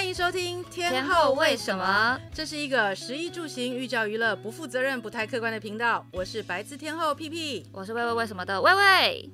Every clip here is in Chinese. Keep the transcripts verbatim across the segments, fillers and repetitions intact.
欢迎收听天后为什么， 这是一个食衣住行寓教于乐不负责任不太客观的频道。我是白字天后屁屁， 我是喂喂为什么的喂喂。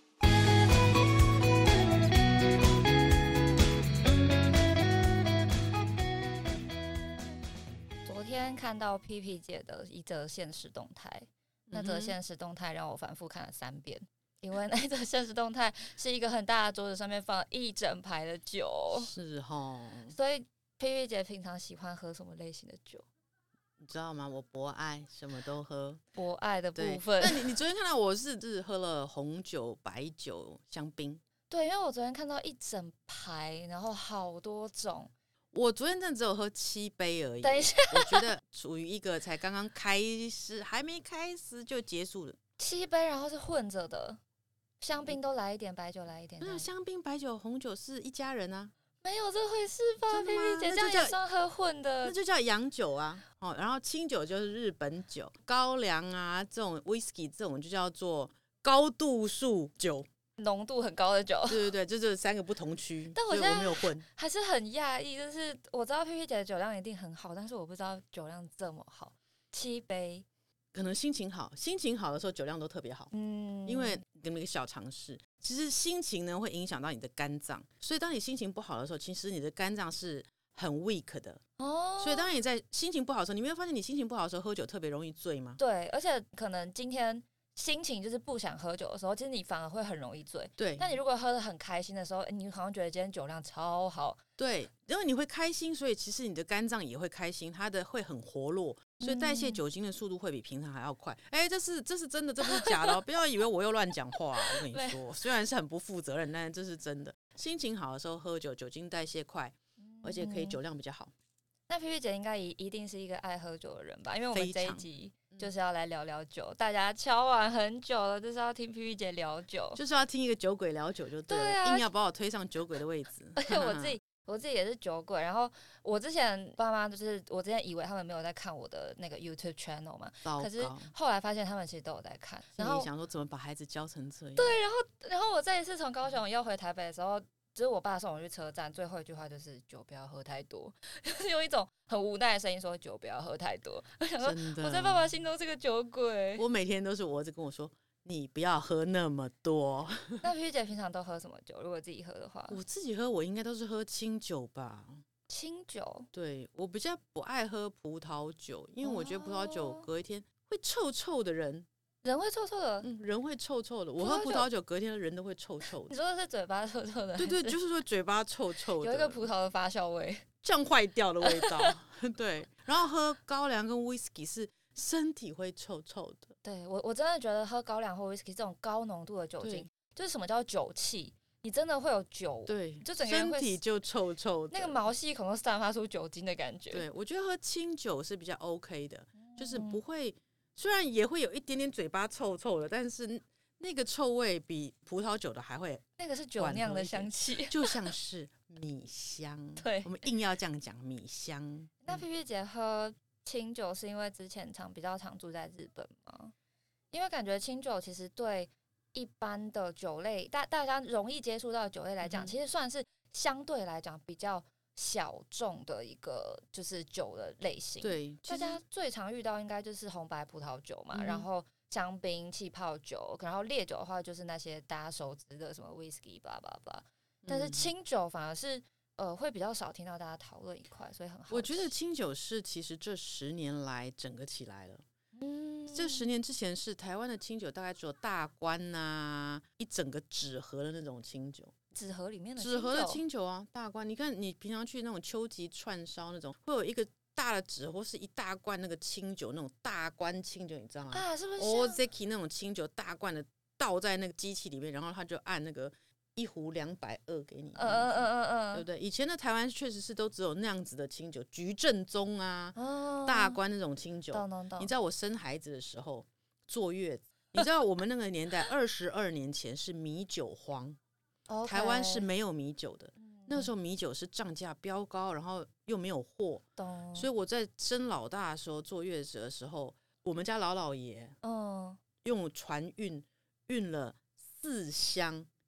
昨天看到屁屁姐的一则限时动态，那则限时动态让我反复看了三遍，因为那则限时动态是一个很大的桌子，上面放了一整排的酒。 是齁， 所以屁屁姐平常喜欢喝什么类型的酒？ 你知道吗？我博爱，什么都喝。 博爱的部分。 那你你昨天看到我是是喝了红酒、白酒、香槟。 对，因为我昨天看到一整排，然后好多种。 我昨天真的只有喝七杯而已。 等一下， 我觉得处于一个才刚刚开始，还没开始就结束了。 七杯，然后是混着的，香槟都来一点，白酒来一点。 那香槟、白酒、红酒是一家人啊。 没有这回事吧？屁屁姐这样也算喝混的， 那就叫洋酒啊。哦，然后清酒就是日本酒，高粱啊这种 whisky 这种就叫做高度数酒， 浓度很高的酒。 对对对，这就是三个不同区。 但我现在没有混， 还是很讶异，就是我知道屁屁姐的酒量一定很好，但是我不知道酒量这么好，七杯。 可能心情好，心情好的时候酒量都特别好。嗯，因为给你们一个小常识，其实心情呢会影响到你的肝脏，所以当你心情不好的时候，其实你的肝脏是很 weak 的。哦，所以当你在心情不好的时候，你没有发现你心情不好的时候喝酒特别容易醉吗？ 对，而且可能今天心情就是不想喝酒的时候，其实你反而会很容易醉。 对， 但你如果喝得很开心的时候，你好像觉得今天酒量超好。 对，因为你会开心，所以其实你的肝脏也会开心，它的会很活络，所以代谢酒精的速度会比平常还要快。哎、嗯，这是这是真的，这不是假的、哦，不要以为我又乱讲话。我跟你说，虽然是很不负责任，但是这是真的。心情好的时候喝酒，酒精代谢快，而且可以酒量比较好。 那屁屁姐应该一定是一个爱喝酒的人吧？因为我们这一集就是要来聊聊酒，大家敲碗很久了，就是要听屁屁姐聊酒， 就是要听一个酒鬼聊酒就对了，对啊，硬要把我推上酒鬼的位置。 而且我自己我自己也是酒鬼，然后我之前爸妈就是我之前以为他们没有在看我的那个 YouTube channel 嘛，可是后来发现他们其实都有在看。然后你想说怎么把孩子教成这样？ 对，然后然后我这一次从高雄要回台北的时候。就是我爸送我去车站，最后一句话就是酒不要喝太多，就是用一种很无奈的声音说酒不要喝太多。我想说我在爸爸心中是个酒鬼。 我每天都是我儿子跟我说，你不要喝那么多。 那屁屁姐平常都喝什么酒？如果自己喝的话， 我自己喝我应该都是喝清酒吧。 清酒？ 对，我比较不爱喝葡萄酒，因为我觉得葡萄酒隔一天会臭臭的人。 人会臭臭的， 嗯，人会臭臭的。我喝葡萄酒，隔天的人都会臭臭的。 你说的是嘴巴臭臭的？ 对对，就是说嘴巴臭臭的， 有一个葡萄的发酵味， 酱坏掉的味道。对，然后喝高粱跟 whisky 是身体会臭臭的。 对我，我真的觉得喝高粱或 whisky 这种高浓度的酒精，就是什么叫酒气？你真的会有酒， 对， 就整个人会身体就臭臭的， 那个毛细孔都散发出酒精的感觉。 对，我觉得喝清酒是比较 OK 的，就是不会。虽然也会有一点点嘴巴臭臭的，但是那个臭味比葡萄酒的还会， 那个是酒酿的香气， 就像是米香。 对， 我们硬要这样讲米香。 那屁屁姐喝清酒是因为之前常比较常住在日本吗？因为感觉清酒其实对一般的酒类，大大家容易接触到的酒类来讲，嗯、其实算是相对来讲比较小众的一个就是酒的类型。 对， 大家最常遇到应该就是红白葡萄酒嘛，嗯、然后香槟、气泡酒，然后烈酒的话就是那些大家熟知的什么 whisky 巴拉巴拉。但是清酒反而是呃会比较少听到大家讨论一块，所以很好奇。 我觉得清酒是其实这十年来整个起来了。嗯，这十年之前是台湾的清酒大概只有大关啊，一整个纸盒的那种清酒。 纸盒里面的纸盒的清酒啊，大罐。你看，你平常去那种秋吉串烧那种，会有一个大的纸或是一大罐那个清酒，那种大罐清酒，你知道吗？ 啊，是不是 ？Ozeki 那种清酒，大罐的倒在那个机器里面，然后他就按那个一壶两百二给你。嗯嗯嗯嗯，对不对？以前的台湾确实是都只有那样子的清酒，菊正宗啊，哦、大罐那种清酒。 懂懂懂。 你知道我生孩子的时候坐月子，你知道我们那个年代二十二年前是米酒荒。Okay. 台湾是没有米酒的，嗯、那个时候米酒是涨价飙高，然后又没有货，所以我在生老大的时候坐月子的时候，我们家老老爷、嗯、用船运运了四箱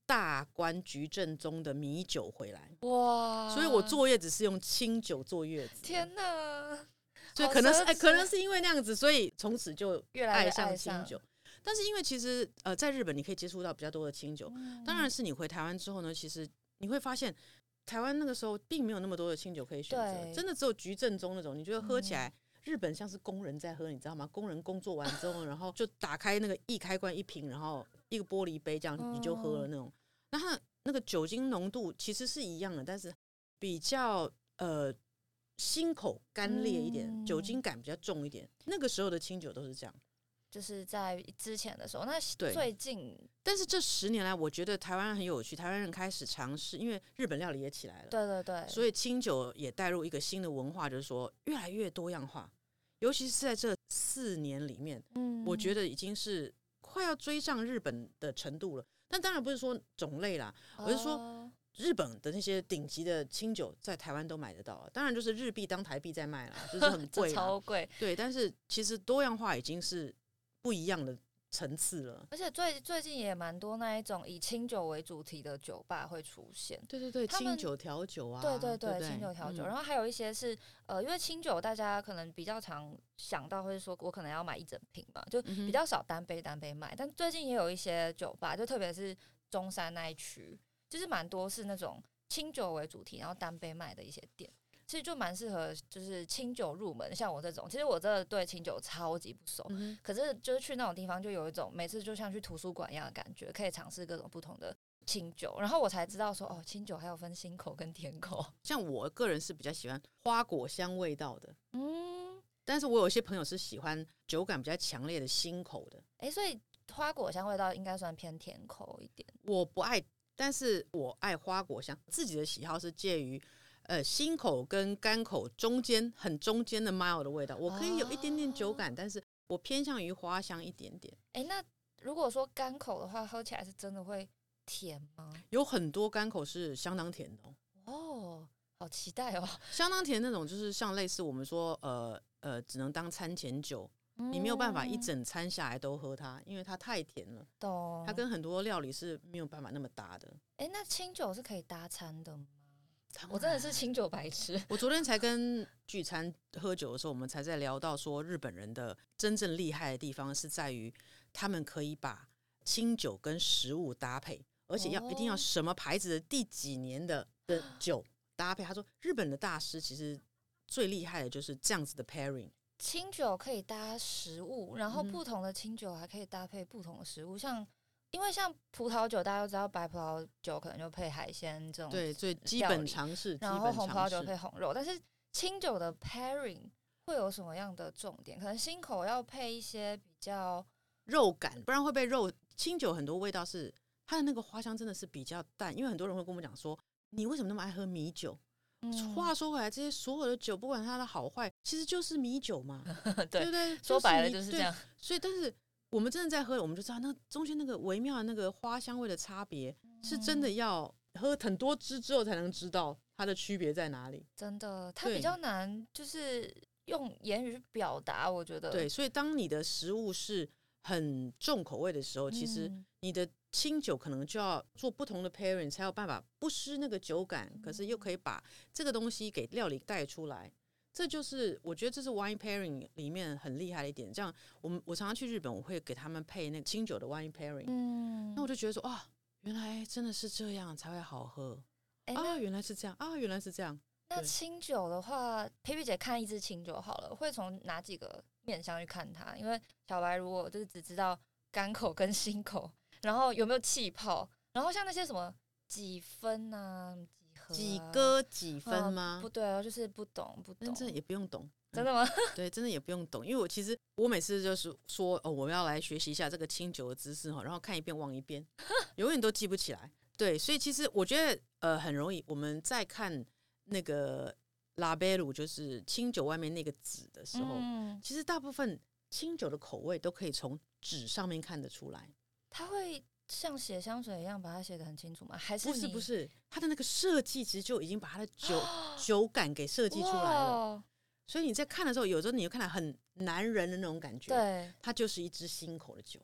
大关菊正宗的米酒回来， 哇！ 所以我坐月子是用清酒坐月子。 天哪！ 所以可能是、欸、可能是因为那样子，所以从此就爱上清酒。但是因为其实呃，在日本你可以接触到比较多的清酒，嗯、当然是你回台湾之后呢，其实你会发现台湾那个时候并没有那么多的清酒可以选择，真的只有菊正宗那种，你觉得喝起来、嗯、日本像是工人在喝，你知道吗？工人工作完之后，然后就打开那个一开关一瓶，然后一个玻璃杯这样你就喝了那种。嗯、那它那个酒精浓度其实是一样的，但是比较呃辛口干烈一点、嗯，酒精感比较重一点。那个时候的清酒都是这样。 就是在之前的时候，那最近， 但是这十年来，我觉得台湾很有趣，台湾人开始尝试，因为日本料理也起来了， 对对对， 所以清酒也带入一个新的文化，就是说越来越多样化，尤其是在这四年里面，嗯，我觉得已经是快要追上日本的程度了。但当然不是说种类啦，我是说日本的那些顶级的清酒在台湾都买得到，当然就是日币当台币在卖啦，就是很贵， 超贵， 对，但是其实多样化已经是不一样的层次了， 而且最最近也蛮多那一种以清酒为主题的酒吧会出现， 对对对，清酒调酒啊， 对对 对, 对, 对， 清酒调酒、嗯， 然后还有一些是呃，因为清酒大家可能比较常想到会说我可能要买一整瓶嘛，就比较少单杯单杯卖，但最近也有一些酒吧，就特别是中山那一区，就是蛮多是那种清酒为主题，然后单杯卖的一些店。其实就蛮适合，就是清酒入门，像我这种，其实我真的对清酒超级不熟、嗯，可是就是去那种地方，就有一种每次就像去图书馆一样的感觉，可以尝试各种不同的清酒，然后我才知道说，哦，清酒还有分辛口跟甜口。 像我个人是比较喜欢花果香味道的，嗯，但是我有些朋友是喜欢酒感比较强烈的辛口的， 哎、欸，所以花果香味道应该算偏甜口一点。 我不爱，但是我爱花果香，自己的喜好是介于。呃，辛口跟干口中间很中间的 mild 的味道，我可以有一点点酒感，哦、但是我偏向于花香一点点。 哎、欸，那如果说干口的话，喝起来是真的会甜吗？ 有很多干口是相当甜的哦。 哦，好期待哦！ 相当甜那种，就是像类似我们说，呃呃，只能当餐前酒、嗯，你没有办法一整餐下来都喝它，因为它太甜了。 懂。 它跟很多料理是没有办法那么搭的。 哎、欸，那清酒是可以搭餐的吗？我真的是清酒白痴。 我昨天才跟聚餐喝酒的时候，我们才在聊到说，日本人的真正厉害的地方是在于，他们可以把清酒跟食物搭配，而且要、哦、一定要什么牌子的第几年的的酒搭配。他说，日本的大师其实最厉害的就是这样子的 pairing。 清酒可以搭食物，然后不同的清酒还可以搭配不同的食物，像。因为像葡萄酒，大家都知道白葡萄酒可能就配海鲜这种， 对，最基本常识。 然后红葡萄酒配红肉，但是清酒的 pairing 会有什么样的重点？可能辛口要配一些比较肉感，不然会被肉。清酒很多味道是它的那个花香真的是比较淡，因为很多人会跟我们讲说，你为什么那么爱喝米酒？嗯、话说回来，这些所有的酒，不管它的好坏，其实就是米酒嘛，对, 对不对？ 说白了就是这样。 所以，但是。我们真的在喝，我们就知道那中间那个微妙的那个花香味的差别，是真的要喝很多支之后才能知道它的区别在哪里。 真的，它比较难，就是用言语表达。我觉得对，所以当你的食物是很重口味的时候，其实你的清酒可能就要做不同的 pairing， 才有办法不失那个酒感，可是又可以把这个东西给料理带出来。这就是我觉得这是 wine pairing 里面很厉害的一点。这样，我们我常常去日本，我会给他们配那个清酒的 wine pairing。嗯，那我就觉得说，啊，原来真的是这样才会好喝。欸、啊，原来是这样啊，原来是这样。 那清酒的话，佩佩姐看一支清酒好了，会从哪几个面向去看它？因为小白如果就是只知道干口跟辛口，然后有没有气泡，然后像那些什么几分啊。 几歌几分吗？ 哦、不对哦，就是不懂不懂， 真的也不用懂，嗯、 真的吗？ 对，真的也不用懂，因为我其实我每次就是说哦，我要来学习一下这个清酒的知识哈，然后看一遍忘一遍，永远都记不起来。对，所以其实我觉得呃很容易，我们在看那个拉贝鲁就是清酒外面那个纸的时候、嗯，其实大部分清酒的口味都可以从纸上面看得出来。 它会。像写香水一样把它写得很清楚吗？还是不是不是，它的那个设计其实就已经把它的酒酒感给设计出来了。所以你在看的时候，有时候你就看到很男人的那种感觉， 对， 它就是一支新口的酒。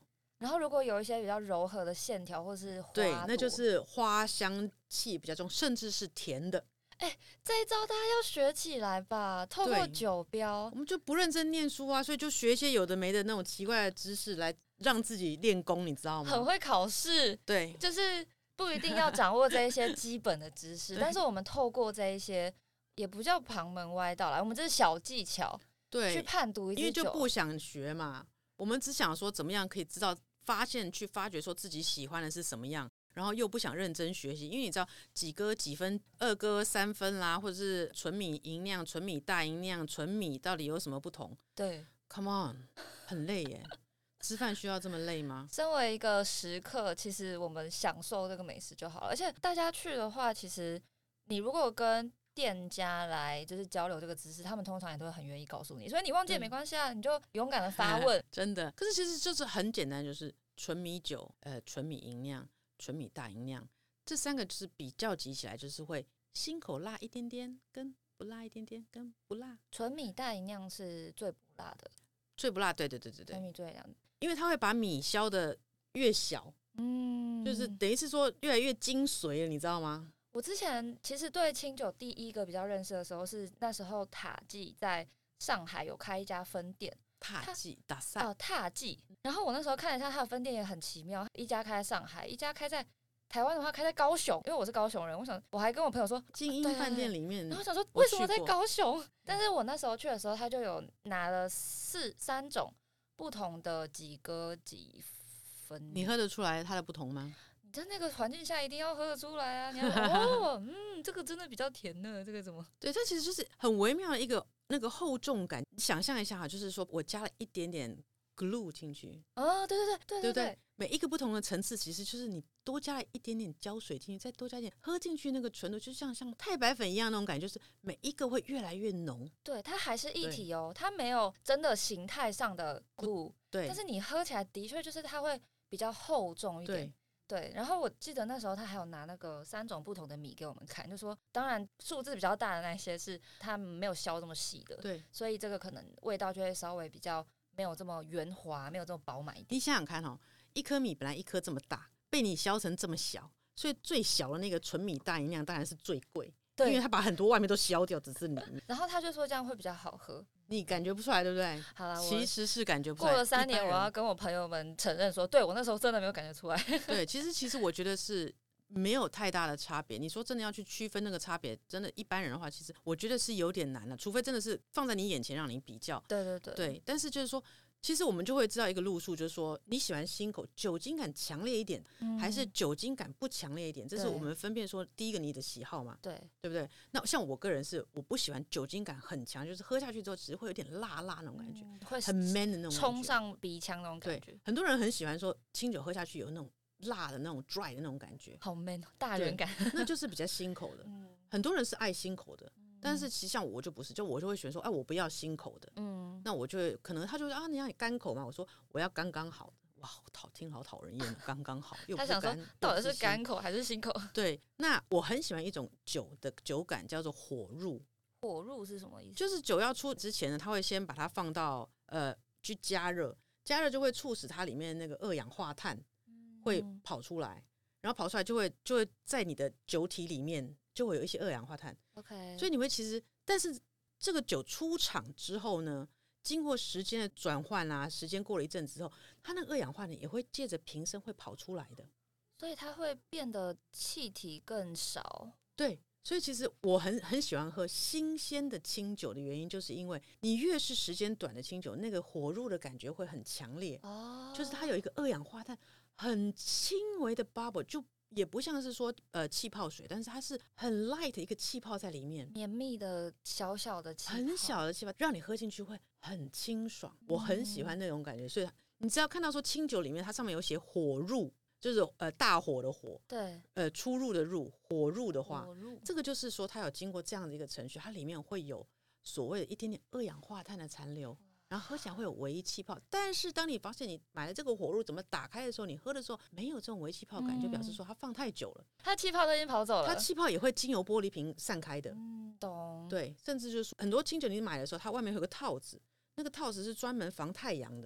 然后如果有一些比较柔和的线条或是花朵， 对，那就是花香气比较重，甚至是甜的。 哎、欸，这一招大家要学起来吧，透过酒标。 我们就不认真念书啊，所以就学一些有的没的那种奇怪的知识来让自己练功，你知道吗？ 很会考试， 对， 就是不一定要掌握这一些基本的知识，但是我们透过这一些，也不叫旁门歪道啦，我们这是小技巧， 对， 去判读一支酒， 因为就不想学嘛，我们只想说怎么样可以知道、发现、去发掘说自己喜欢的是什么样。然后又不想认真学习，因为你知道几歌几分，二歌三分啦，或者是纯米吟酿、纯米大吟酿、纯米到底有什么不同？ 对 ，Come on， 很累耶。吃饭需要这么累吗？ 身为一个食客，其实我们享受这个美食就好了。而且大家去的话，其实你如果跟店家来就是交流这个知识，他们通常也都会很愿意告诉你，所以你忘记也没关系啊，你就勇敢的发问。 真的，可是其实就是很简单，就是纯米酒、呃，纯米吟酿。纯米大吟酿这三个就是比较级起来，就是会心口辣一点点，跟不辣一点点，跟不辣。 纯米大吟酿是最不辣的， 最不辣，对对对对对， 纯米最辣， 因为它会把米削的越小，嗯，就是等于是说越来越精髓了，你知道吗？ 我之前其实对清酒第一个比较认识的时候，是那时候塔记在上海有开一家分店。 塔记打赛哦，塔记。然后我那时候看了一下他的分店也很奇妙，一家开在上海，一家开在台湾的话开在高雄，因为我是高雄人，我想我还跟我朋友说精英饭店里面， 然后我想说为什么在高雄？但是我那时候去的时候，他就有拿了四三种不同的几歌几分， 你喝得出来它的不同吗？ 你在那个环境下一定要喝得出来啊！你要哦，嗯，这个真的比较甜呢，这个怎么？ 对，它其实就是很微妙的一个那个厚重感。想象一下哈，就是说我加了一点点 glue 进去， 哦，对对对对对对, 对, 对，每一个不同的层次，其实就是你多加了一点点胶水进去，再多加一点，喝进去那个纯度，就像像太白粉一样那种感觉，就是每一个会越来越浓。 对，它还是一体哦，它没有真的形态上的 glue，对，但是你喝起来的确就是它会比较厚重一点。对，然后我记得那时候他还有拿那个三种不同的米给我们看，就说当然数字比较大的那些是他们没有削这么细的， 对， 所以这个可能味道就会稍微比较没有这么圆滑，没有这么饱满一点。 你想想看哦，一颗米本来一颗这么大，被你削成这么小，所以最小的那个纯米大吟酿当然是最贵，因为他把很多外面都削掉，只是里面。 然后他就说这样会比较好喝。 你感觉不出来，对不对？ 好了， 其实是感觉不出来。 过了三年，我要跟我朋友们承认说，对我那时候真的没有感觉出来。 对，其实其实我觉得是没有太大的差别。你说真的要去区分那个差别，真的一般人的话，其实我觉得是有点难了，除非真的是放在你眼前让你比较。 对对对。 对，但是就是说，其实我们就会知道一个路数，就是说你喜欢新口酒精感强烈一点，嗯、还是酒精感不强烈一点，这是我们分辨说第一个你的喜好嘛， 对对不对？那像我个人是我不喜欢酒精感很强，就是喝下去之后只是会有点辣辣那种感觉，嗯、 会很 man 的那种感觉， 冲上鼻腔那种感觉。 很多人很喜欢说清酒喝下去有那种辣的那种 dry 的那种感觉， 好 man 大人感， 那就是比较新口的。嗯、很多人是爱新口的。但是其实像我就不是，就我就会选说，哎，我不要新口的，嗯，那我就会可能他就说啊，你要干口嘛，我说我要刚刚好的，哇，好听好讨人厌，刚刚好，又不干， 他想说到底是干口还是新口？ 对，那我很喜欢一种酒的酒感叫做火入， 火入是什么意思？ 就是酒要出之前呢，他会先把它放到呃去加热，加热就会促使它里面那个二氧化碳会跑出来，嗯、然后跑出来就会就会在你的酒体里面。就会有一些二氧化碳 ，OK， 所以你会其实，但是这个酒出厂之后呢，经过时间的转换啊，时间过了一阵之后，它那个二氧化碳也会借着瓶身会跑出来的， 所以它会变得气体更少。 对，所以其实我很很喜欢喝新鲜的清酒的原因，就是因为你越是时间短的清酒，那个火入的感觉会很强烈，哦，就是它有一个二氧化碳很轻微的 bubble 就。也不像是说呃气泡水，但是它是很 light 的一个气泡在里面， 绵密的小小的气泡， 很小的气泡，让你喝进去会很清爽。我很喜欢那种感觉，所以你只要看到说清酒里面它上面有写火入，就是呃大火的火， 对， 呃出入的入，火入的话， 火入这个就是说它有经过这样的一个程序，它里面会有所谓的一点点二氧化碳的残留。然后喝起来会有微气泡，但是当你发现你买了这个火入怎么打开的时候，你喝的时候没有这种微气泡感，嗯、就表示说它放太久了， 它气泡都已经跑走了， 它气泡也会经由玻璃瓶散开的。 嗯，懂。 对，甚至就是很多清酒你买的时候，它外面有个套子，那个套子是专门防太阳的，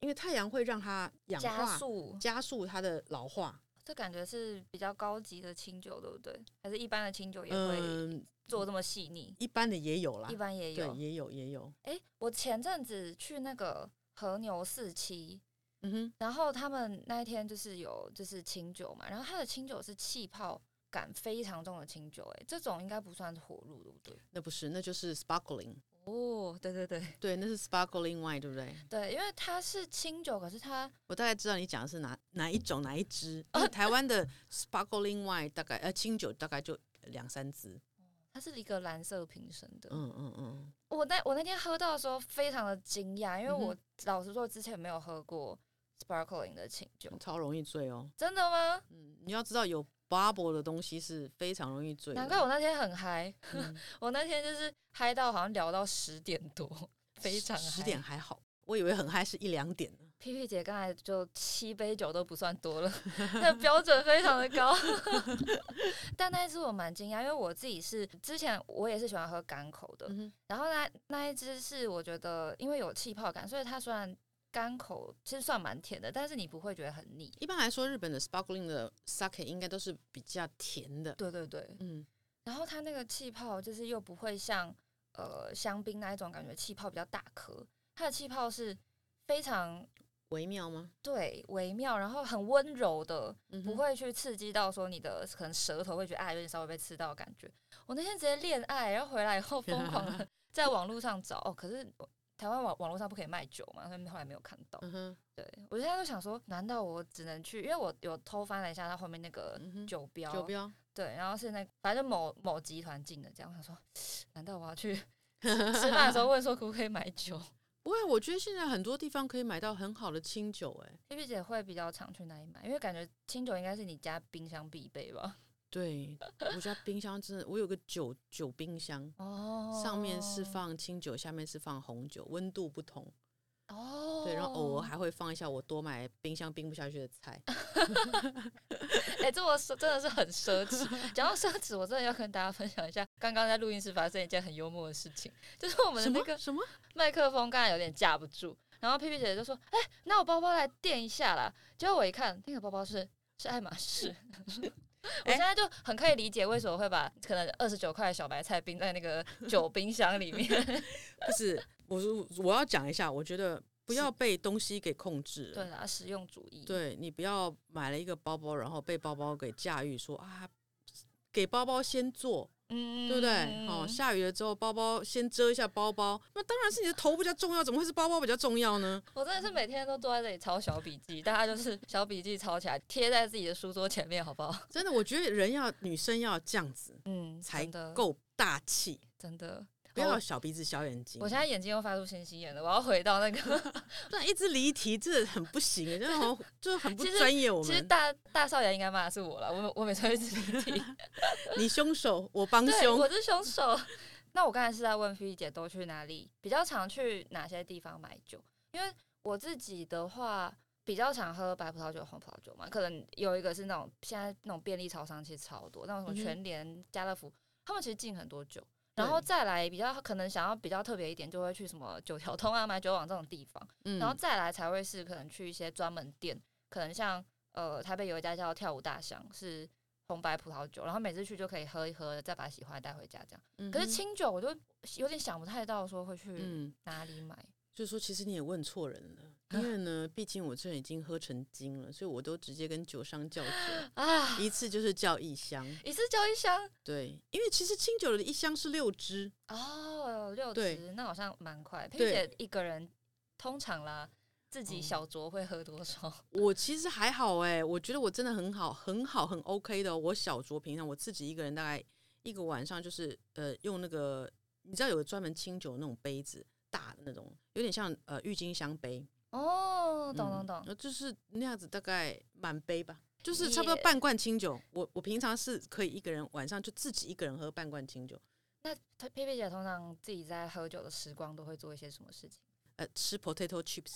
因为太阳会让它氧化， 加速加速它的老化。 这感觉是比较高级的清酒，对不对？还是一般的清酒也会做这么细腻？ 嗯，一般的也有啦， 一般也有， 对，也有也有。 哎、欸，我前阵子去那个和牛四期， 嗯哼， 然后他们那一天就是有就是清酒嘛，然后它的清酒是气泡感非常重的清酒，哎，这种应该不算火入，对不对？ 那不是，那就是 sparkling。 哦，对对对对，那是 sparkling wine， 对不对？ 对，因为它是清酒，可是它我大概知道你讲的是哪哪一种哪一支。因为台湾的 sparkling wine 大概呃清酒大概就两三支， 它是一个蓝色瓶身的。 嗯嗯嗯。 我那我那天喝到的时候非常的惊讶，因为我、嗯、老实说之前没有喝过 sparkling 的清酒， 超容易醉哦。 真的吗？ 嗯，你要知道有 bubble 的东西是非常容易醉的。 难怪我那天很嗨、 嗯， 我那天就是嗨到好像聊到十点多，非常嗨。 十点还好，我以为很嗨是一两点呢。 P P 姐刚才就七杯酒都不算多了，那标准非常的高。但那一支我蛮惊讶，因为我自己是之前我也是喜欢喝干口的，嗯、然后那那一支是我觉得因为有气泡感，所以它虽然干口其实算蛮甜的，但是你不会觉得很腻。 一般来说，日本的 sparkling 的 sake 应该都是比较甜的。 对对对，嗯。然后它那个气泡就是又不会像呃香槟那一种感觉气泡比较大颗，它的气泡是非常微妙吗？ 对，微妙，然后很温柔的， 嗯、 不会去刺激到说你的可能舌头会觉得啊有点稍微被刺到的感觉。我那天直接恋爱，然后回来以后疯狂的在网络上找，哦，可是台湾网网络上不可以卖酒嘛，所以后来没有看到。 嗯、 对，我现在就想说，难道我只能去？因为我有偷翻了一下它后面那个酒标， 嗯、酒标对，然后是那反正某某集团进的，这样我想说，难道我要去吃饭的时候问说可不可以买酒？ 不会，我觉得现在很多地方可以买到很好的清酒。哎 ，P P 姐会比较常去哪里买？因为感觉清酒应该是你家冰箱必备吧？ 对，我家冰箱真的，我有个酒酒冰箱，哦，上面是放清酒，下面是放红酒，温度不同。哦，对，然后偶尔还会放一下我多买冰箱冰不下去的菜。 哎、欸，这么真的是很奢侈。讲到奢侈，我真的要跟大家分享一下，刚刚在录音室发生一件很幽默的事情，就是我们的那个什么麦克风刚才有点架不住，然后 P P 姐就说：“哎、欸，那我包包来垫一下啦。”结果我一看，那个包包是是爱马仕。我现在就很可以理解为什么会把可能二十九块的小白菜冰在那个酒冰箱里面。 不是，我我要讲一下，我觉得不要被东西给控制了。 对啦，实用主义。 对，你不要买了一个包包，然后被包包给驾驭，说啊，给包包先做。嗯，对不对？哦，下雨了之后，包包先遮一下包包，那当然是你的头比较重要，怎么会是包包比较重要呢？ 我真的是每天都坐在这里抄小笔记，大家就是小笔记抄起来，贴在自己的书桌前面，好不好？ 真的，我觉得人要女生要这样子，嗯，才够大气， 真的。 不要小鼻子小眼睛。 我现在眼睛又发出星星眼了，我要回到那个， 不然一直离题，这很不行，就是很就是很不专业。我们其实大大少爷应该骂的是我了，我我每次会一直离题。 你凶手，我帮凶， 我是凶手。那我刚才是在问菲姐都去哪里，比较常去哪些地方买酒？因为我自己的话，比较常喝白葡萄酒、红葡萄酒嘛。可能有一个是那种现在那种便利超商其实超多，那种什么全联、家乐福，他们其实进很多酒。然后再来比较可能想要比较特别一点，就会去什么九条通啊、买酒网这种地方，嗯、然后再来才会是可能去一些专门店，可能像呃台北有一家叫跳舞大象，是红白葡萄酒，然后每次去就可以喝一喝，再把喜欢的带回家这样。嗯、可是清酒我就有点想不太到说会去哪里买。嗯就是说，其实你也问错人了，因为呢，毕竟我这已经喝成精了，所以我都直接跟酒商叫酒啊，一次就是叫一箱， 一次叫一箱。 对，因为其实清酒的一箱是六支哦，六支，那好像蛮快。佩姐一个人通常啦，自己小酌会喝多少？哦、 我其实还好哎、欸，我觉得我真的很好，很好，很 OK 的、哦。我小酌平常我自己一个人大概一个晚上就是呃用那个，你知道有个专门清酒的那种杯子。大的那种，有点像呃郁金香杯哦，懂懂懂、 嗯，就是那样子，大概满杯吧，就是差不多半罐清酒。我我平常是可以一个人晚上就自己一个人喝半罐清酒。 那佩佩姐通常自己在喝酒的时光都会做一些什么事情？ 呃，吃 potato chips，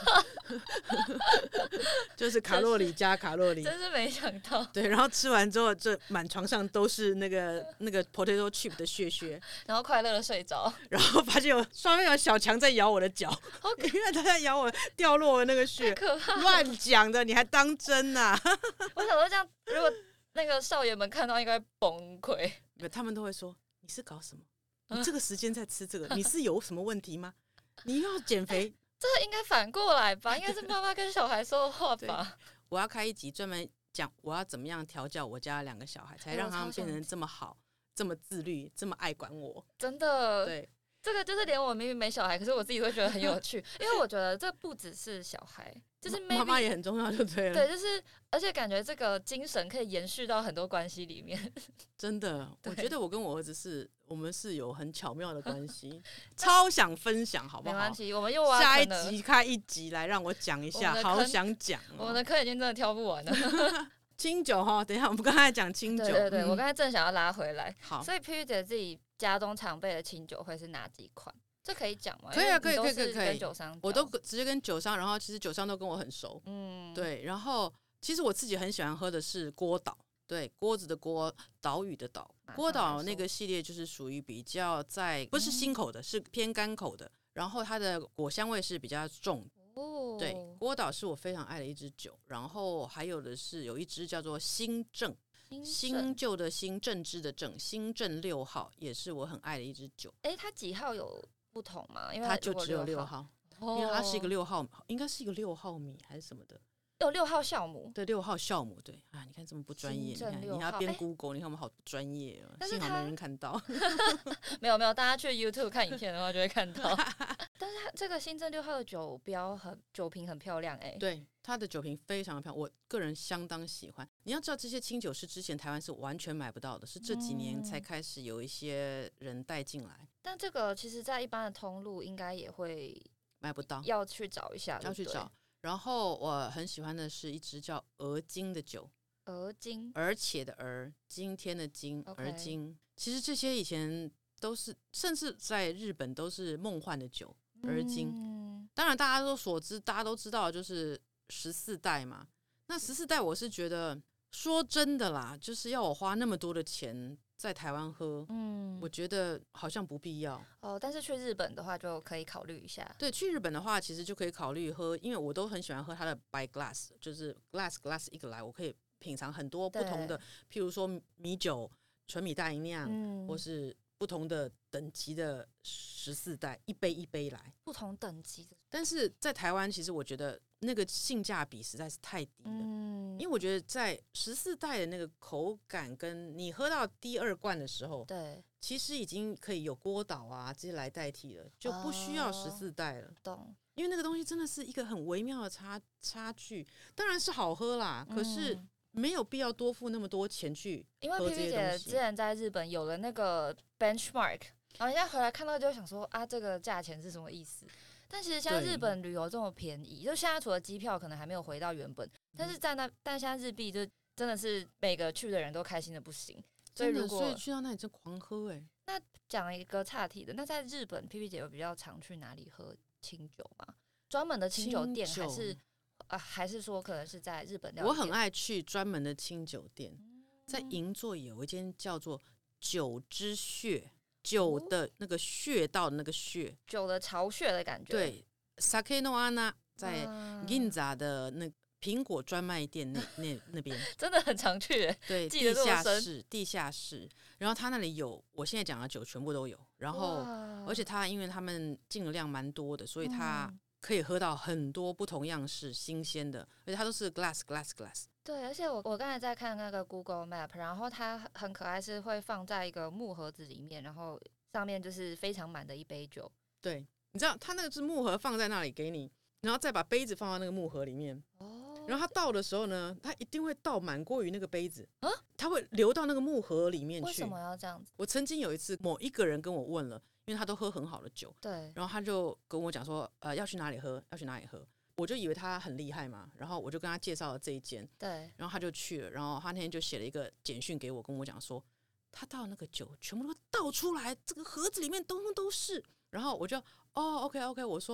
就是卡路里加卡路里， 真是没想到。 对，然后吃完之后，这满床上都是那个那个 potato chip 的屑屑， 然后快乐的睡着， 然后发现有上面有小强在咬我的脚，因为他在咬我掉落的那个屑，乱讲的，你还当真啊？ 我想说这样，如果那个少爷们看到应该崩溃， 他们都会说你是搞什么？你这个时间在吃这个，你是有什么问题吗？你要减肥？ 这应该反过来吧？应该是妈妈跟小孩说的话吧？ 我要开一集专门讲我要怎么样调教我家两个小孩，才让他们变成这么好、这么自律、这么爱管我。 真的， 对， 这个就是连我明明没小孩，可是我自己会觉得很有趣，因为我觉得这不只是小孩，就是妈妈也很重要，就对了。 对，就是而且感觉这个精神可以延续到很多关系里面。 真的，我觉得我跟我儿子是，我们是有很巧妙的关系，超想分享，好不好？ 没关系，我们又挖下一坑了集开一集来让我讲一下，好想讲、哦。 我们的坑已经真的挑不完了。 清酒哈，等一下我们刚才讲清酒， 对对对， 嗯、 我刚才正想要拉回来。 好， 所以 P P 姐自己家中常备的清酒会是哪几款？这可以讲吗？ 可以啊，可以可以可以可以。 跟酒商， 我都直接跟酒商，然后其实酒商都跟我很熟。嗯，对，然后其实我自己很喜欢喝的是郭岛。对，锅子的锅，岛屿的岛，锅岛那个系列就是属于比较在不是辛口的，是偏甘口的，然后它的果香味是比较重。哦，对，锅岛是我非常爱的一支酒，然后还有的是有一支叫做新政，新旧的新，政治的政，新政六号也是我很爱的一支酒。 哎，它几号有不同吗？因为它就只有六号， 哦、 因为它是一个六号，应该是一个六号米还是什么的。 有六号酵母， 对，六号酵母，对啊，你看这么不专业，你看你要编 Google，、欸、你看我们好不专业哦，幸好没人看到。 没有没有，大家去 YouTube 看影片的话就会看到。但是它这个新政六号的酒标很酒瓶很漂亮哎、欸， 对，它的酒瓶非常漂亮，我个人相当喜欢。你要知道这些清酒是之前台湾是完全买不到的，是这几年才开始有一些人带进来、嗯。 但这个其实在一般的通路应该也会买不到， 要去找一下， 要去找。然后我很喜欢的是一支叫鹅精的酒， 鹅精， 而且的鹅，今天的今， okay. 鹅精。其实这些以前都是，甚至在日本都是梦幻的酒，鹅精。嗯、当然大家都所知，大家都知道就是十四代嘛。那十四代我是觉得，说真的啦，就是要我花那么多的钱在台湾喝，嗯，我觉得好像不必要哦。但是去日本的话就可以考虑一下。 对，去日本的话，其实就可以考虑喝，因为我都很喜欢喝它的 by glass， 就是 glass glass 一个来，我可以品尝很多不同的，譬如说米酒、纯米大吟酿，嗯，或是不同的等级的十四代，一杯一杯来， 不同等级的。 但是在台湾，其实我觉得那个性价比实在是太低了，嗯，因为我觉得在十四代的那个口感，跟你喝到第二罐的时候， 对， 其实已经可以有锅岛啊这些来代替了，就不需要十四代了。 懂、哦？ 因为那个东西真的是一个很微妙的差差距，当然是好喝啦，可是没有必要多付那么多钱去喝这些东西。因为 P P 姐之前在日本有了那个 benchmark， 然后现在回来看到就想说啊，这个价钱是什么意思？但其实现在日本旅游这么便宜，就现在除了机票可能还没有回到原本，但是在那，但现在日币就真的是每个去的人都开心的不行。所以如果所以去到那里就狂喝哎、欸。 那讲一个岔题的，那在日本 P P 姐有比较常去哪里喝清酒吗？专门的清酒店还是啊、呃，还是说可能是在日本料理店？ 我很爱去专门的清酒店，在银座有一间叫做酒之穴。酒的那个穴道的那个穴， 酒的巢穴的感觉。 对 ，Sake no Ana 在 Ginza 的那苹果专卖店那那那边， 真的很常去。 对，地下室，地下室。然后他那里有我现在讲的酒全部都有，然后而且他因为他们进的量蛮多的，所以他可以喝到很多不同样式新鲜的，而且它都是 glass glass glass。 对，而且我我刚才在看那个 Google Map， 然后它很可爱，是会放在一个木盒子里面，然后上面就是非常满的一杯酒。 对，你知道它那个是木盒放在那里给你，然后再把杯子放到那个木盒里面。哦。然后它倒的时候呢，它一定会倒满过于那个杯子，啊，它会流到那个木盒里面去。 为什么要这样子？ 我曾经有一次，某一个人跟我问了，因为他都喝很好的酒， 对， 然后他就跟我讲说，呃，要去哪里喝，要去哪里喝。我就以为他很厉害嘛，然后我就跟他介绍了这一间， 对， 然后他就去了，然后他那天就写了一个简讯给我，跟我讲说，他倒那个酒全部都倒出来，这个盒子里面通通都是。然后我就哦 ，OK OK， 我说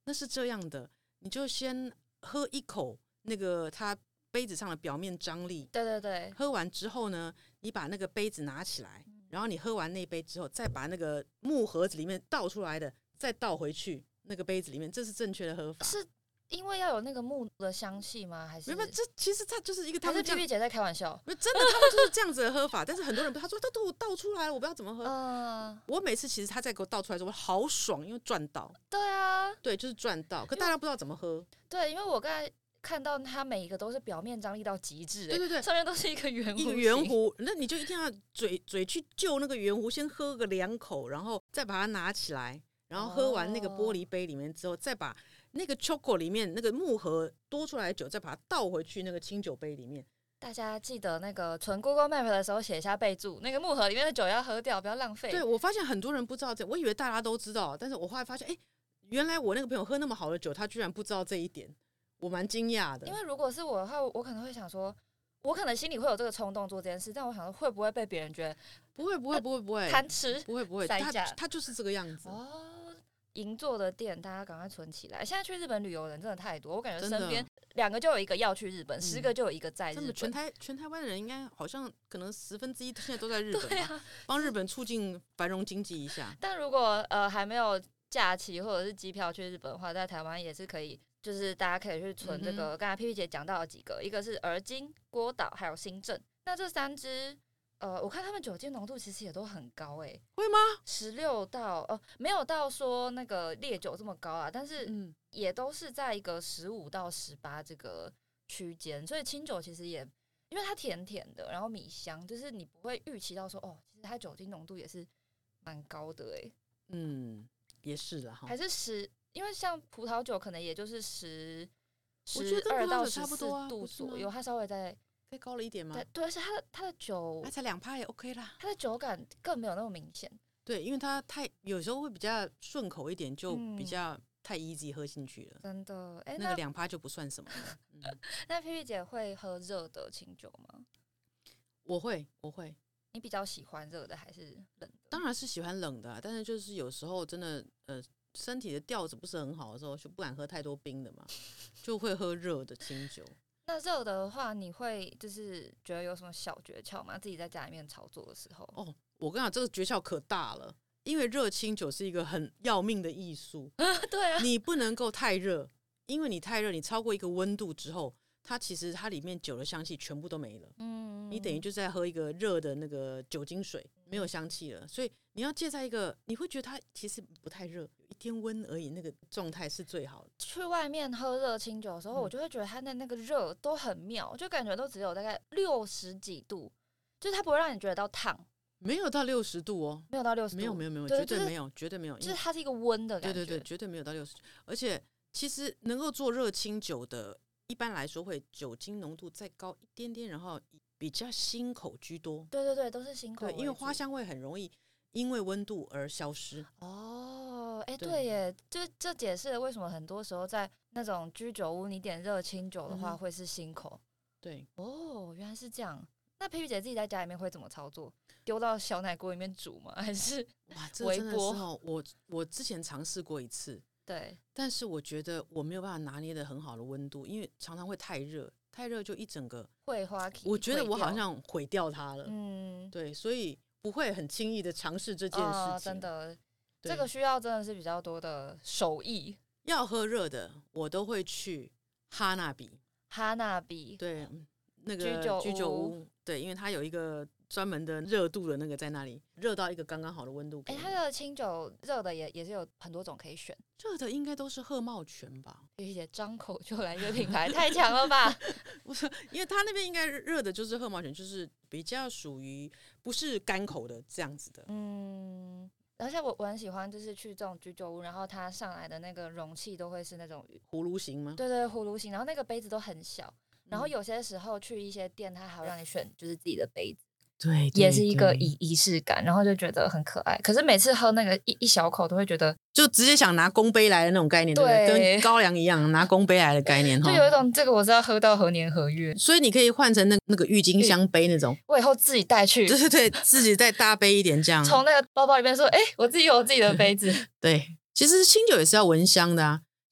那是这样的，你就先喝一口那个它杯子上的表面张力， 对对对， 喝完之后呢，你把那个杯子拿起来，然后你喝完那杯之后，再把那个木盒子里面倒出来的再倒回去那个杯子里面，这是正确的喝法。 是因为要有那个木的香气吗？还是没有？这其实它就是一个他还是们这 P P 样， 姐在开玩笑？ 真的他们就是这样子的喝法。但是很多人他说他都我倒出来了，我不知道怎么喝。 嗯， 我每次其实他在给我倒出来的时候，我好爽，因为赚到。 对啊， 对，就是赚到。可大家不知道怎么喝。 对，因为我刚才看到它每一个都是表面张力到极致、欸， 对对对， 上面都是一个圆弧， 一个圆弧，那你就一定要嘴嘴去就那个圆弧，先喝个两口，然后再把它拿起来，然后喝完那个玻璃杯里面之后，再把那个 choco 里面那个木盒多出来的酒，再把它倒回去那个清酒杯里面。 大家记得那个存 Google Map 的时候写一下备注，那个木盒里面的酒要喝掉，不要浪费。 对，我发现很多人不知道这，我以为大家都知道，但是我后来发现，哎，原来我那个朋友喝那么好的酒，他居然不知道这一点，我蛮惊讶的。 因为如果是我的话，我可能会想说，我可能心里会有这个冲动做这件事，但我想说会不会被别人觉得不会不会不会不会贪吃， 不会不会，他他就是这个样子。 哦，银座的店大家赶快存起来。现在去日本旅游的人真的太多，我感觉身边两个就有一个要去日本，十、嗯、个就有一个在日本。真的， 全台全台湾的人应该好像可能十分之一现在都在日本吧，帮、啊、日本促进繁荣经济一下。 但如果呃还没有假期或者是机票去日本的话，在台湾也是可以，就是大家可以去存这个。刚才 P P 姐讲到的几个，一个是儿金、郭岛还有新镇，那这三支。呃，我看他们酒精浓度其实也都很高诶、欸， 会吗？ 十六到呃没有到说那个烈酒这么高啊，但是也都是在一个十五到十八这个区间，所以清酒其实也因为它甜甜的，然后米香，就是你不会预期到说哦，其实它酒精浓度也是蛮高的诶、欸。 嗯，也是啦哈， 还是十，因为像葡萄酒可能也就是十十二到十四度左右，它稍微在。 再高了一点吗？ 对，对，而且它的它的酒， 它才两趴也 OK 啦。 它的酒感更没有那么明显。 对，因为它太有时候会比较顺口一点，就比较太 easy 喝进去了。 真的，哎、欸， 那个两趴就不算什么了。嗯、 那 P P 姐会喝热的清酒吗？ 我会，我会。 你比较喜欢热的还是冷的？ 当然是喜欢冷的、啊，但是就是有时候真的呃身体的调子不是很好的时候，就不敢喝太多冰的嘛，就会喝热的清酒。 那热的话，你会就是觉得有什么小诀窍吗？自己在家里面操作的时候？ 哦，我跟你讲，这个诀窍可大了，因为热清酒是一个很要命的艺术。 对啊， 你不能够太热，因为你太热，你超过一个温度之后，它其实它里面酒的香气全部都没了。嗯，你等于就是在喝一个热的那个酒精水，没有香气了。所以你要介在一个，你会觉得它其实不太热，一点温而已，那个状态是最好的。 去外面喝热清酒的时候，嗯、我就会觉得它的那个热都很妙，就感觉都只有大概六十几度，就是它不会让你觉得到烫， 没有到六十度哦， 没有到六十度， 没有没有没有，绝对没有，绝对没有， 就是它是一个温的感觉， 对对对，绝对没有到六十。而且其实能够做热清酒的，一般来说会酒精浓度再高一点点，然后比较辛口居多。 对对对，都是辛口， 对，因为花香味很容易因为温度而消失。 哦，哎、欸，对耶，就这解释了为什么很多时候在那种居酒屋，你点热清酒的话会是辛口。嗯、 对， 哦，原来是这样。那佩玉姐自己在家里面会怎么操作？丢到小奶锅里面煮吗？还是哇，这真的是哦，我我之前尝试过一次， 对， 但是我觉得我没有办法拿捏的很好的温度，因为常常会太热，太热就一整个会花气， 我觉得我好像毁掉它了。嗯，对，所以不会很轻易的尝试这件事情。哦、 真的，这个需要真的是比较多的手艺。 要喝热的，我都会去哈纳比。 哈纳比， 对。那个居酒屋，居酒屋对，因为它有一个专门的热度的那个在那里，热到一个刚刚好的温度。 哎、欸，它的清酒热的也也是有很多种可以选， 热的应该都是鹤茂泉吧？ 玉姐张口就来一个品牌，太强了吧？ 不是，因为它那边应该热的就是鹤茂泉，就是比较属于不是干口的这样子的。 嗯，而且我我很喜欢，就是去这种居酒屋，然后它上来的那个容器都会是那种葫芦形吗？ 对对，葫芦形，然后那个杯子都很小。然后有些时候去一些店，它还会让你选就是自己的杯子， 对， 也是一个仪仪式感，然后就觉得很可爱。可是每次喝那个一一小口，都会觉得就直接想拿公杯来的那种概念，对不对？跟高粱一样，拿公杯来的概念， 就有一种这个我是要喝到何年何月。 所以你可以换成那那个郁金香杯那种， 我以后自己带去， 对对对，自己再大杯一点这样， 从那个包包里面说，哎、欸，我自己有我自己的杯子。 对，其实清酒也是要闻香的啊。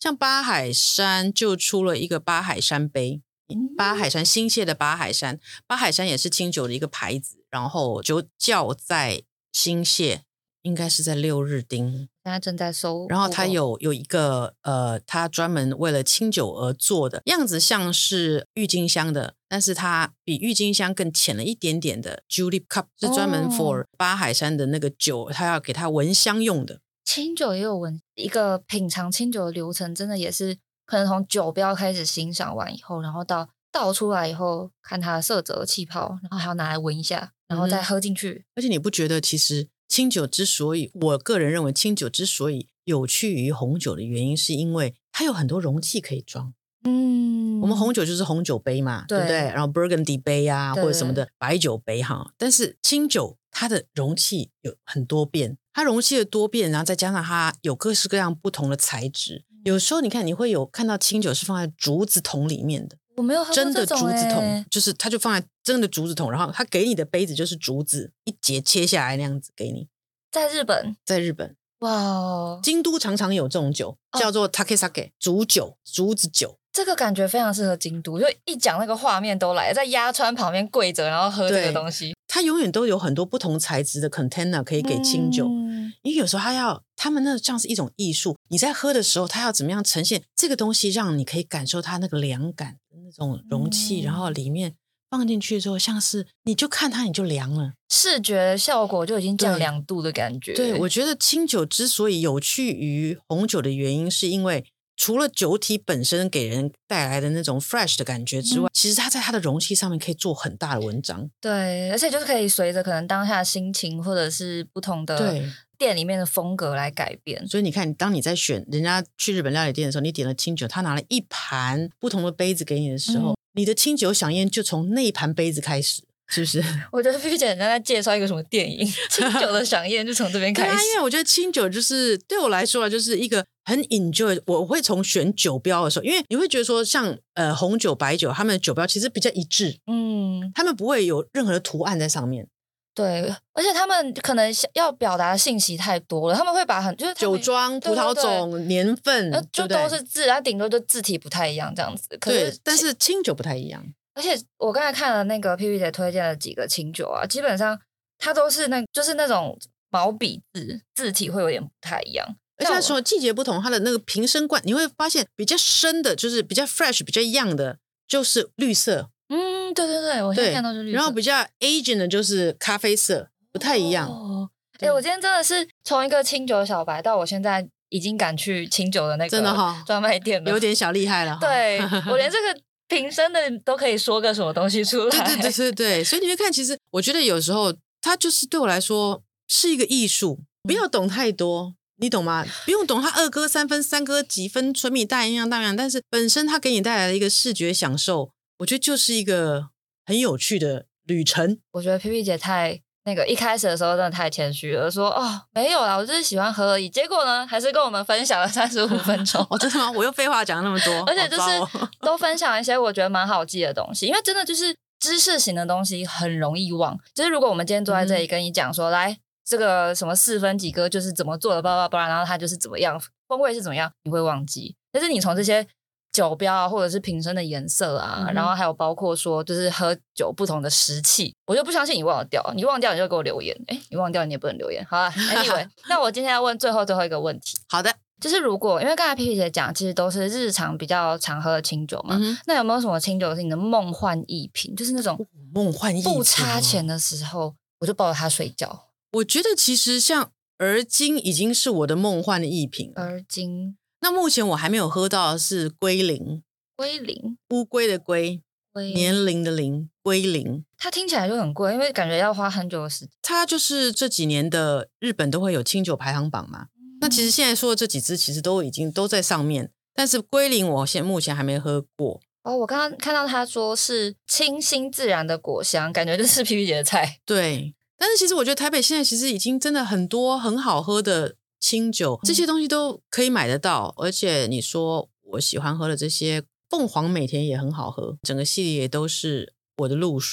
像八海山就出了一个八海山杯，八海山新泻的八海山，八海山也是清酒的一个牌子，然后酒窖在新泻，应该是在六日町， 现在正在收。 然后它有有一个呃，它专门为了清酒而做的，样子像是郁金香的，但是它比郁金香更浅了一点点的 Julep Cup， 是专门 for 八海山的那个酒，它要给它闻香用的。 清酒也有闻，一个品尝清酒的流程真的也是可能从酒标开始欣赏完以后，然后到倒出来以后看它的色泽气泡，然后还要拿来闻一下，然后再喝进去、嗯、 而且你不觉得其实清酒之所以，我个人认为清酒之所以有趣于红酒的原因，是因为它有很多容器可以装。嗯，我们红酒就是红酒杯嘛， 对, 对不对？然后 Burgundy 杯啊，或者什么的白酒杯哈。但是清酒它的容器有很多变，它容器的多变，然后再加上它有各式各样不同的材质。有时候你看你会有看到清酒是放在竹子桶里面的， 我没有喝过这种、欸、 真的竹子桶，就是它就放在真的竹子桶，然后它给你的杯子就是竹子一节切下来那样子给你。 在日本， 在日本， 哇哦， 京都常常有这种酒，叫做 Takesake 竹酒，竹子酒。 这个感觉非常适合京都，就一讲那个画面都来，在鸭川旁边跪着，然后喝这个东西。 它永远都有很多不同材质的 container 可以给清酒，嗯、因为有时候它要，他们那像是一种艺术。你在喝的时候，它要怎么样呈现这个东西，让你可以感受它那个凉感的那种容器，嗯、然后里面放进去之后，像是你就看它你就凉了， 视觉效果就已经降两度的感觉。 对，我觉得清酒之所以有趣于红酒的原因，是因为除了酒体本身给人带来的那种 fresh 的感觉之外、嗯、其实它在它的容器上面可以做很大的文章。 对，而且就是可以随着可能当下的心情或者是不同的店里面的风格来改变。 所以你看，当你在选人家去日本料理店的时候，你点了清酒，他拿了一盘不同的杯子给你的时候、嗯、你的清酒响宴就从那一盘杯子开始，是不是？ 我觉得Pipi姐人家在介绍一个什么电影，清酒的响宴就从这边开始。对啊， 因为我觉得清酒就是对我来说就是一个很 enjoy。我会从选酒标的时候，因为你会觉得说像呃红酒、白酒，他们的酒标其实比较一致，嗯，他们不会有任何的图案在上面。 对，而且他们可能要表达的信息太多了，他们会把很就是酒庄、葡萄种、对对对年份， 就都是字，然后顶多就字体不太一样这样子。可是对，但是清酒不太一样。 而且我刚才看了那个 Pipi 姐推荐的几个清酒啊，基本上它都是那就是那种毛笔字，字体会有点不太一样。 而且说季节不同，它的那个瓶身罐你会发现比较深的，就是比较 fresh、比较 young 的，就是绿色。 嗯，对对对，我现在看到是绿色。 然后比较 aging 的就是咖啡色，不太一样。 哦，哎、欸，我今天真的是从一个清酒小白到我现在已经敢去清酒的那个专卖店了， 有点小厉害了。 对，我连这个瓶身的都可以说个什么东西出来。 对对对对对，所以你会看，其实我觉得有时候它就是对我来说是一个艺术，不要懂太多。你懂吗？不用懂它二割三分三割几分纯米大一样大样，但是本身它给你带来的一个视觉享受，我觉得就是一个很有趣的旅程。 我觉得 Pipi 姐太那个一开始的时候真的太谦虚了，说哦没有啦，我就是喜欢喝而已。结果呢，还是跟我们分享了三十五分钟。 哦，真的吗？我又废话讲那么多， 而且就是都分享一些我觉得蛮好记的东西，因为真的就是知识型的东西很容易忘。就是如果我们今天坐在这里跟你讲说，嗯、来。这个什么四分几割就是怎么做的，巴拉巴拉，然后它就是怎么样，风味是怎么样，你会忘记。但是你从这些酒标啊，或者是瓶身的颜色啊，嗯、然后还有包括说就是喝酒不同的时期，我就不相信你忘得掉，你忘掉你就给我留言，哎，你忘掉你也不能留言。好啦 anyway 那我今天要问最后最后一个问题。 好的， 就是如果因为刚才 Pipi 姐讲，其实都是日常比较常喝的清酒嘛，嗯、那有没有什么清酒是你的梦幻逸品？就是那种梦幻逸品， 不差钱的时候，我就抱着它睡觉。 我觉得其实像而今已经是我的梦幻的逸品。 而今， 那目前我还没有喝到的是龟苓。 龟苓， 乌龟的龟，年龄的龄，龟苓。 它听起来就很贵，因为感觉要花很久的时间。 它就是这几年的日本都会有清酒排行榜嘛。嗯、那其实现在说的这几支其实都已经都在上面，但是龟苓我现目前还没喝过。 哦，我刚刚看到他说是清新自然的果香，感觉就是 Pipi 姐的菜。 对。但是其实我觉得台北现在其实已经真的很多很好喝的清酒，这些东西都可以买得到。而且你说我喜欢喝的这些凤凰美田也很好喝，整个系列也都是我的路数。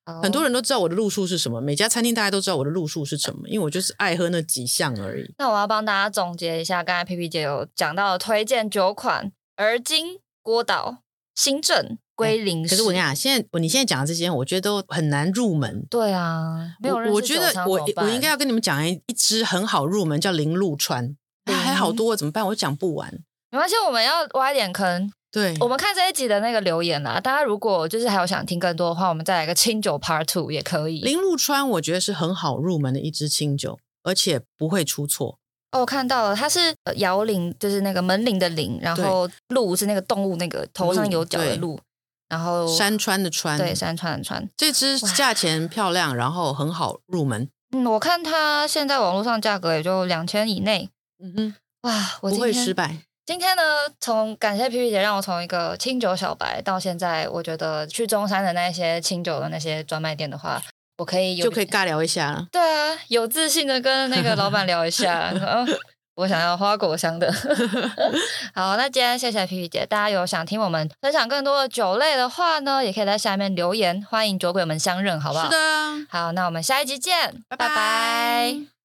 很多人都知道我的路数是什么，每家餐厅大家都知道我的路数是什么，因为我就是爱喝那几项而已。 那我要帮大家总结一下，刚才 P P 姐有讲到的推荐九款：而今、郭岛、新镇、龟苓石。 可是我跟你讲，现在你现在讲的这些，我觉得都很难入门。 对啊，没有认识我我觉得我我应该要跟你们讲一一支很好入门，叫林鹿川，它还好多怎么办？我讲不完。 没关系，我们要挖一点坑。 对， 我们看这一集的那个留言啦，大家如果就是还有想听更多的话，我们再来个清酒 Part Two 也可以。 林鹿川我觉得是很好入门的一支清酒，而且不会出错。 哦，我看到了，它是摇铃，就是那个门铃的铃，然后鹿是那个动物那个头上有角的鹿，然后山川的川， 对，山川的川。 这支价钱漂亮，然后很好入门。 嗯，我看它现在网络上价格也就两千以内。 嗯哼， 哇，我不会失败。 今天呢，从感谢 P P 姐让我从一个清酒小白到现在，我觉得去中山的那些清酒的那些专卖店的话，我可以有就可以尬聊一下了。 对啊，有自信的跟那个老板聊一下。然后我想要花果香的。好，那今天谢谢 P P 姐，大家有想听我们分享更多的酒类的话呢，也可以在下面留言，欢迎酒鬼们相认，好不好？ 是的。 好，那我们下一集见， 拜拜。 拜拜。